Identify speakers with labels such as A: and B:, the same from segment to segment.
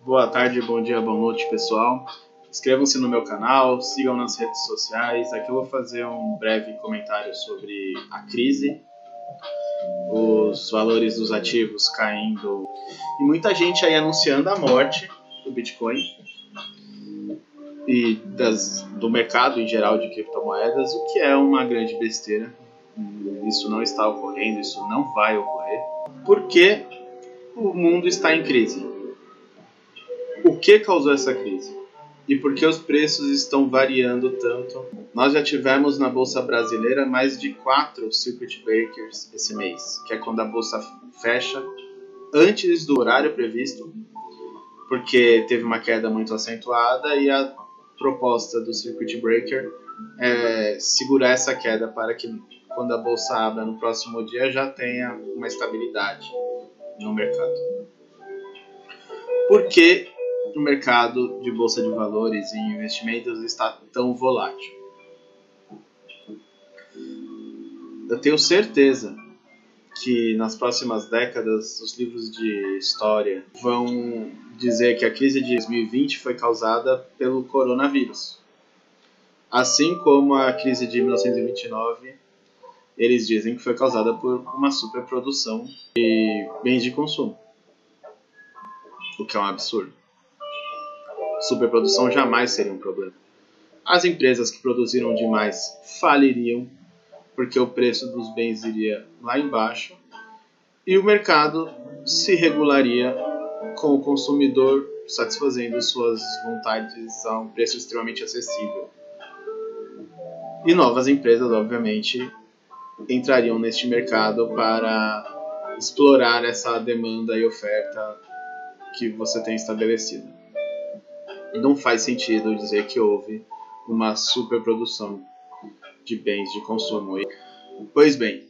A: Boa tarde, bom dia, boa noite, pessoal. Inscrevam-se no meu canal, sigam nas redes sociais. Aqui eu vou fazer um breve comentário sobre a crise, os valores dos ativos caindo e muita gente aí anunciando a morte do Bitcoin e do mercado em geral de criptomoedas, o que é uma grande besteira. Isso não está ocorrendo, isso não vai ocorrer, porque o mundo está em crise. O que causou essa crise? E por que os preços estão variando tanto? Nós já tivemos na Bolsa Brasileira mais de 4 circuit breakers esse mês, que é quando a Bolsa fecha antes do horário previsto, porque teve uma queda muito acentuada e a proposta do circuit breaker é segurar essa queda para que quando a Bolsa abra no próximo dia já tenha uma estabilidade no mercado. Por que o mercado de bolsa de valores e investimentos está tão volátil? Eu tenho certeza que nas próximas décadas os livros de história vão dizer que a crise de 2020 foi causada pelo coronavírus. Assim como a crise de 1929, eles dizem que foi causada por uma superprodução de bens de consumo, o que é um absurdo. Superprodução jamais seria um problema. As empresas que produziram demais faliriam, porque o preço dos bens iria lá embaixo e o mercado se regularia com o consumidor satisfazendo suas vontades a um preço extremamente acessível. E novas empresas, obviamente, entrariam neste mercado para explorar essa demanda e oferta que você tem estabelecido. Não faz sentido dizer que houve uma superprodução de bens de consumo. Pois bem,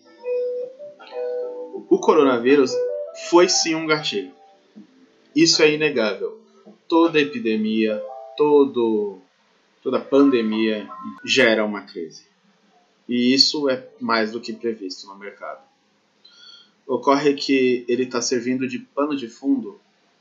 A: o coronavírus foi sim um gatilho. Isso é inegável. Toda epidemia, toda pandemia gera uma crise. E isso é mais do que previsto no mercado. Ocorre que ele está servindo de pano de fundo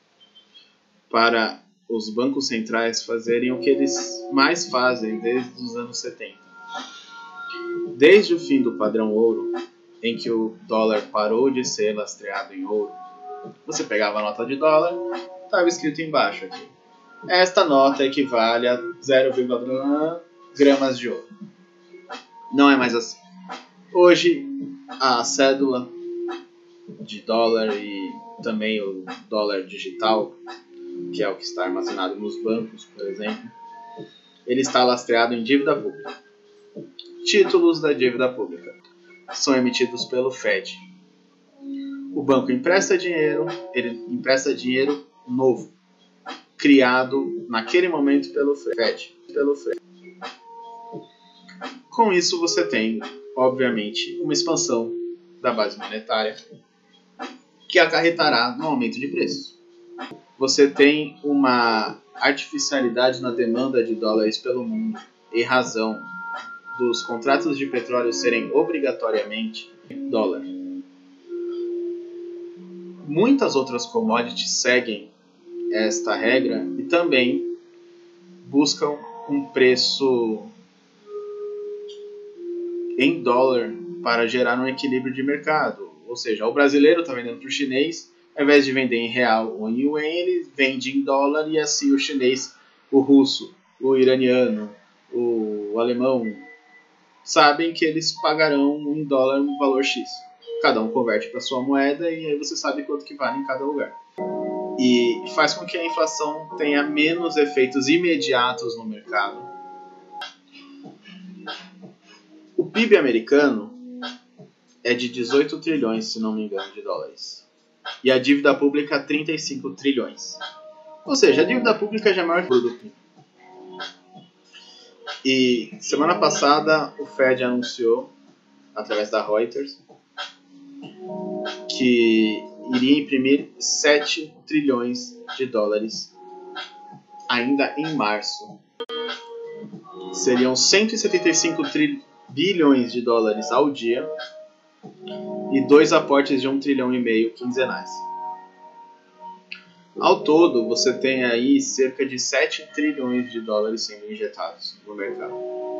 A: para os bancos centrais fazerem o que eles mais fazem desde os anos 70. Desde o fim do padrão ouro, em que o dólar parou de ser lastreado em ouro, você pegava a nota de dólar, estava escrito embaixo aqui: esta nota equivale a 0,1 gramas de ouro. Não é mais assim. Hoje, a cédula de dólar e também o dólar digital, que é o que está armazenado nos bancos, por exemplo, ele está lastreado em dívida pública. Títulos da dívida pública são emitidos pelo Fed. O banco empresta dinheiro, ele empresta dinheiro novo, criado naquele momento pelo Fed. Com isso você tem, obviamente, uma expansão da base monetária que acarretará no aumento de preços. Você tem uma artificialidade na demanda de dólares pelo mundo em razão dos contratos de petróleo serem obrigatoriamente em dólar. Muitas outras commodities seguem esta regra e também buscam um preço em dólar para gerar um equilíbrio de mercado. Ou seja, o brasileiro está vendendo para o chinês, ao invés de vender em real ou em yuan, ele vende em dólar e assim o chinês, o russo, o iraniano, o alemão sabem que eles pagarão em dólar um valor X. Cada um converte para sua moeda e aí você sabe quanto que vale em cada lugar. E faz com que a inflação tenha menos efeitos imediatos no mercado. O PIB americano é de 18 trilhões, se não me engano, de dólares. E a dívida pública 35 trilhões. Ou seja, a dívida pública já é maior que o produto. E semana passada o Fed anunciou, através da Reuters, que iria imprimir 7 trilhões de dólares ainda em março. Seriam 175 bilhões de dólares ao dia e 2 aportes de 1,5 trilhão quinzenais. Ao todo, você tem aí cerca de 7 trilhões de dólares sendo injetados no mercado.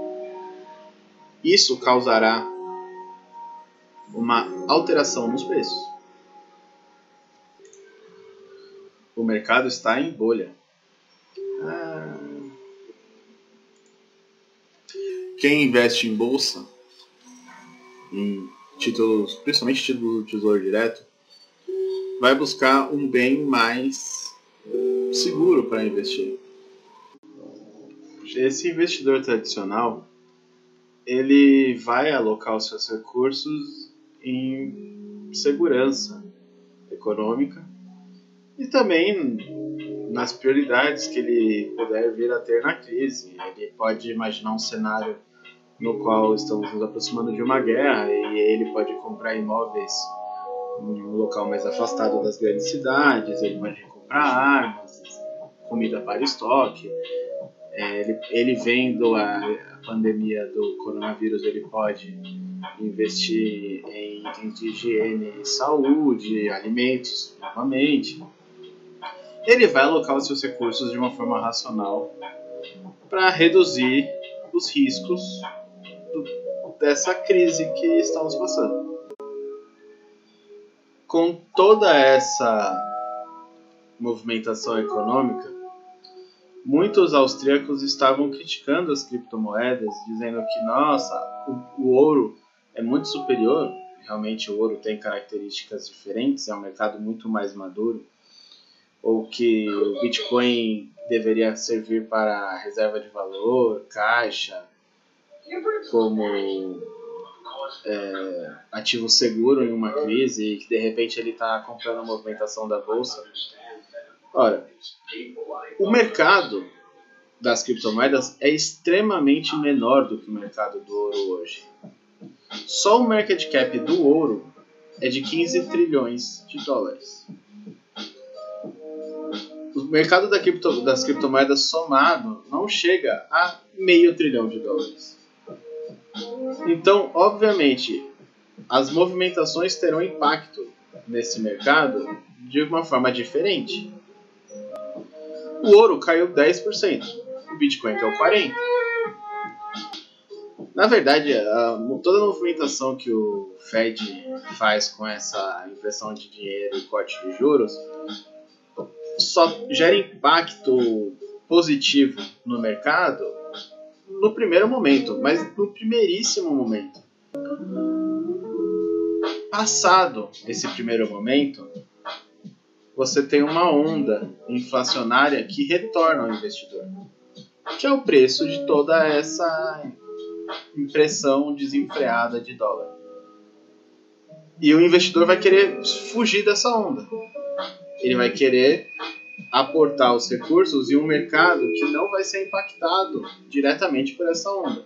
A: Isso causará uma alteração nos preços. O mercado está em bolha. Quem investe em bolsa, em títulos, principalmente títulos do Tesouro Direto, vai buscar um bem mais seguro para investir. Esse investidor tradicional, ele vai alocar os seus recursos em segurança econômica e também nas prioridades que ele puder vir a ter na crise. Ele pode imaginar um cenário no qual estamos nos aproximando de uma guerra e ele pode comprar imóveis em um local mais afastado das grandes cidades, ele pode comprar armas, comida para estoque. Ele vendo a pandemia do coronavírus, ele pode investir em itens de higiene e saúde, alimentos, novamente. Ele vai alocar os seus recursos de uma forma racional para reduzir os riscos dessa crise que estamos passando. Com toda essa movimentação econômica, muitos austríacos estavam criticando as criptomoedas, dizendo que, nossa, o ouro é muito superior. Realmente o ouro tem características diferentes, é um mercado muito mais maduro. Ou que o Bitcoin deveria servir para reserva de valor, caixa, como ativo seguro em uma crise e que de repente ele está comprando a movimentação da bolsa. Ora, o mercado das criptomoedas é extremamente menor do que o mercado do ouro hoje. Só o market cap do ouro é de 15 trilhões de dólares. O mercado das criptomoedas somado não chega a meio trilhão de dólares. Então, obviamente, as movimentações terão impacto nesse mercado de uma forma diferente. O ouro caiu 10%, o Bitcoin caiu 40%. Na verdade, toda a movimentação que o Fed faz com essa impressão de dinheiro e corte de juros só gera impacto positivo no mercado no primeiro momento, mas no primeiríssimo momento. Passado esse primeiro momento, você tem uma onda inflacionária que retorna ao investidor, que é o preço de toda essa impressão desenfreada de dólar. E o investidor vai querer fugir dessa onda. Ele vai querer aportar os recursos em um mercado que não vai ser impactado diretamente por essa onda.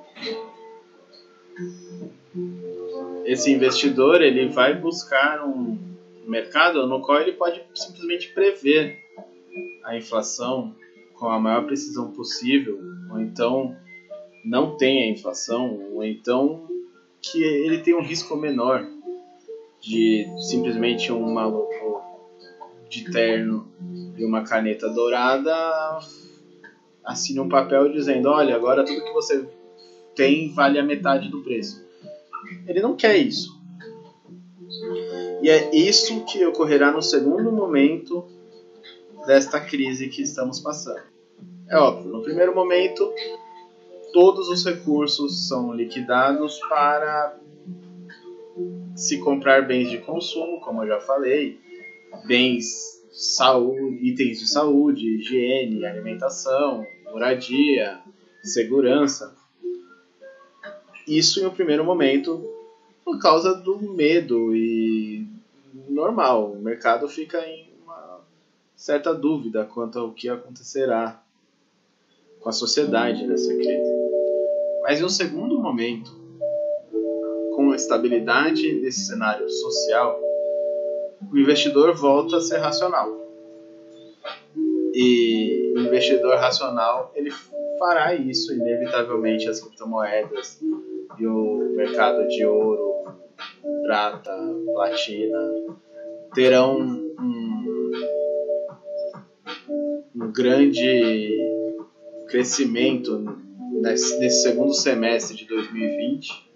A: Esse investidor ele vai buscar um mercado no qual ele pode simplesmente prever a inflação com a maior precisão possível, ou então não tenha inflação, ou então que ele tenha um risco menor de simplesmente um maluco de terno e uma caneta dourada assine um papel dizendo: olha, agora tudo que você tem vale a metade do preço. Ele não quer isso. E é isso que ocorrerá no segundo momento desta crise que estamos passando. É óbvio, no primeiro momento, todos os recursos são liquidados para se comprar bens de consumo, como eu já falei, bens, itens de saúde, higiene, alimentação, moradia, segurança. Isso em um primeiro momento por causa do medo e normal, o mercado fica em uma certa dúvida quanto ao que acontecerá com a sociedade nessa crise. Mas em um segundo momento, com a estabilidade desse cenário social, o investidor volta a ser racional. E o investidor racional ele fará isso, inevitavelmente as criptomoedas e o mercado de ouro, prata, platina terão grande crescimento nesse segundo semestre de 2020.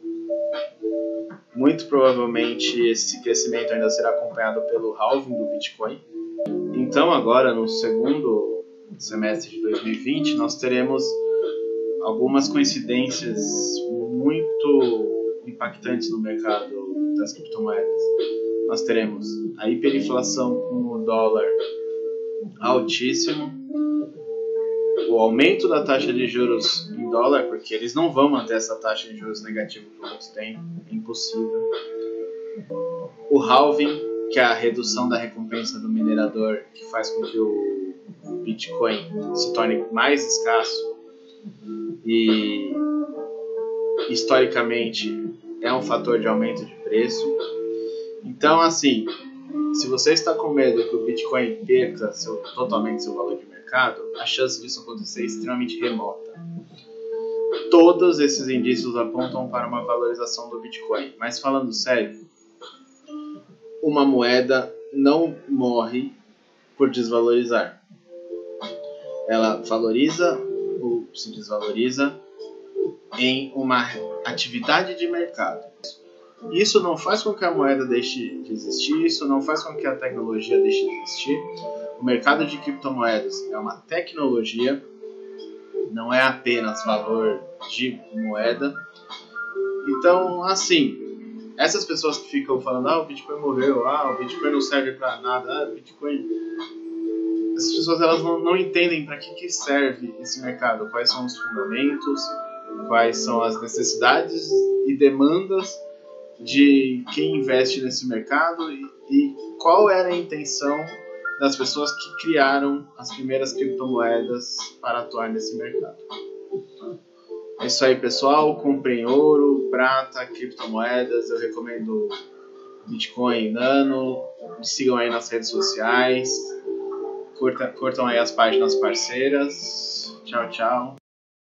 A: Muito provavelmente esse crescimento ainda será acompanhado pelo halving do Bitcoin. Então agora, no segundo semestre de 2020, nós teremos algumas coincidências muito impactantes no mercado das criptomoedas. Nós teremos a hiperinflação com o dólar altíssimo, o aumento da taxa de juros em dólar, porque eles não vão manter essa taxa de juros negativa por muito tempo, é impossível. O halving, que é a redução da recompensa do minerador, que faz com que o Bitcoin se torne mais escasso e, historicamente, é um fator de aumento de preço. Então, assim, se você está com medo que o Bitcoin perca totalmente seu valor de mercado, a chance disso acontecer é extremamente remota. Todos esses indícios apontam para uma valorização do Bitcoin. Mas falando sério, uma moeda não morre por desvalorizar. Ela valoriza ou se desvaloriza em uma atividade de mercado. Isso não faz com que a moeda deixe de existir, isso não faz com que a tecnologia deixe de existir. O mercado de criptomoedas é uma tecnologia, não é apenas valor de moeda. Então, assim, essas pessoas que ficam falando, o Bitcoin morreu, o Bitcoin não serve para nada, o Bitcoin... Essas pessoas elas não entendem para que serve esse mercado, quais são os fundamentos, quais são as necessidades e demandas de quem investe nesse mercado e qual era a intenção das pessoas que criaram as primeiras criptomoedas para atuar nesse mercado. É isso aí, pessoal. Comprem ouro, prata, criptomoedas. Eu recomendo Bitcoin, Nano. Me sigam aí nas redes sociais. Curtam aí as páginas parceiras. Tchau, tchau.